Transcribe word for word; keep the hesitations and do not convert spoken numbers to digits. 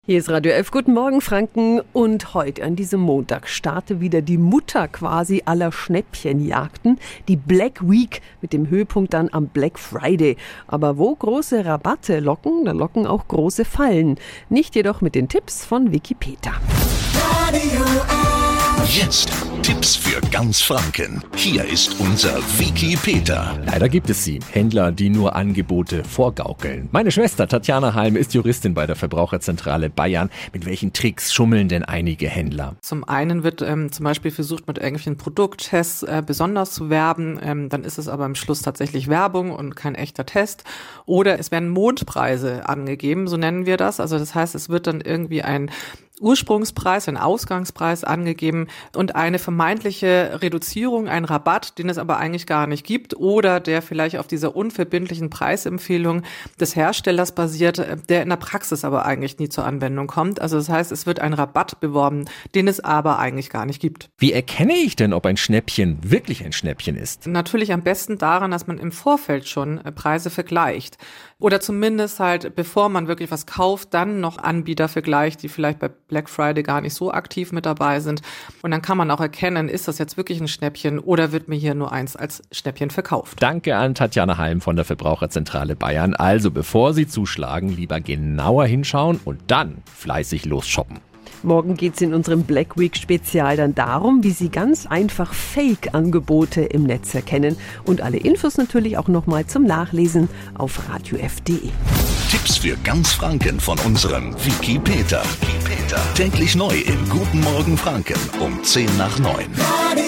Hier ist Radio elf. Guten Morgen, Franken. Und heute an diesem Montag startet wieder die Mutter quasi aller Schnäppchenjagden, die Black Week mit dem Höhepunkt dann am Black Friday. Aber wo große Rabatte locken, da locken auch große Fallen. Nicht jedoch mit den Tipps von Vicky Peter. Radio Jetzt Tipps für ganz Franken. Hier ist unser Vicky Peter. Leider gibt es sie, Händler, die nur Angebote vorgaukeln. Meine Schwester Tatjana Halm ist Juristin bei der Verbraucherzentrale Bayern. Mit welchen Tricks schummeln denn einige Händler? Zum einen wird ähm, zum Beispiel versucht, mit irgendwelchen Produkttests äh, besonders zu werben. Ähm, dann ist es aber am Schluss tatsächlich Werbung und kein echter Test. Oder es werden Mondpreise angegeben, so nennen wir das. Also das heißt, es wird dann irgendwie ein Ursprungspreis, ein Ausgangspreis angegeben und eine vermeintliche Reduzierung, ein Rabatt, den es aber eigentlich gar nicht gibt oder der vielleicht auf dieser unverbindlichen Preisempfehlung des Herstellers basiert, der in der Praxis aber eigentlich nie zur Anwendung kommt. Also das heißt, es wird ein Rabatt beworben, den es aber eigentlich gar nicht gibt. Wie erkenne ich denn, ob ein Schnäppchen wirklich ein Schnäppchen ist? Natürlich am besten daran, dass man im Vorfeld schon Preise vergleicht. Oder zumindest halt, bevor man wirklich was kauft, dann noch Anbieter vergleicht, die vielleicht bei Black Friday gar nicht so aktiv mit dabei sind. Und dann kann man auch erkennen, ist das jetzt wirklich ein Schnäppchen oder wird mir hier nur eins als Schnäppchen verkauft. Danke an Tatjana Halm von der Verbraucherzentrale Bayern. Also bevor Sie zuschlagen, lieber genauer hinschauen und dann fleißig losshoppen. Morgen geht es in unserem Black Week Spezial dann darum, wie Sie ganz einfach Fake-Angebote im Netz erkennen. Und alle Infos natürlich auch nochmal zum Nachlesen auf radio f punkt de. Tipps für ganz Franken von unserem Vicky Peter. Vicky Peter. Täglich neu in Guten Morgen Franken um zehn nach neun.